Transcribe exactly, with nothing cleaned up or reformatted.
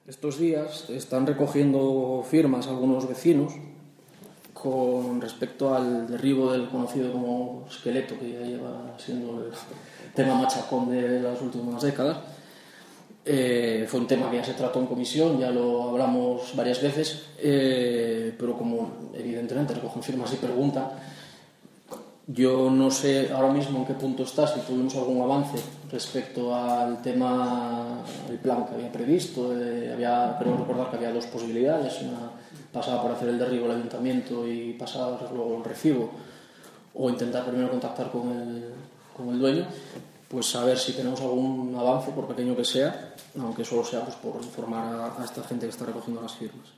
Estos días están recogiendo firmas algunos vecinos con respecto al derribo del conocido como esqueleto, que ya lleva siendo el tema machacón de las últimas décadas. Eh, fue un tema que ya se trató en comisión, ya lo hablamos varias veces, eh, pero como evidentemente recogen firmas y preguntan, yo no sé ahora mismo en qué punto está, si tuvimos algún avance respecto al tema, el plan que había previsto. Eh, había, creo recordar que había dos posibilidades: una pasaba por hacer el derribo al ayuntamiento y pasar luego el recibo, o intentar primero contactar con el, con el dueño. Pues a ver si tenemos algún avance, por pequeño que sea, aunque solo sea pues por informar a, a esta gente que está recogiendo las firmas.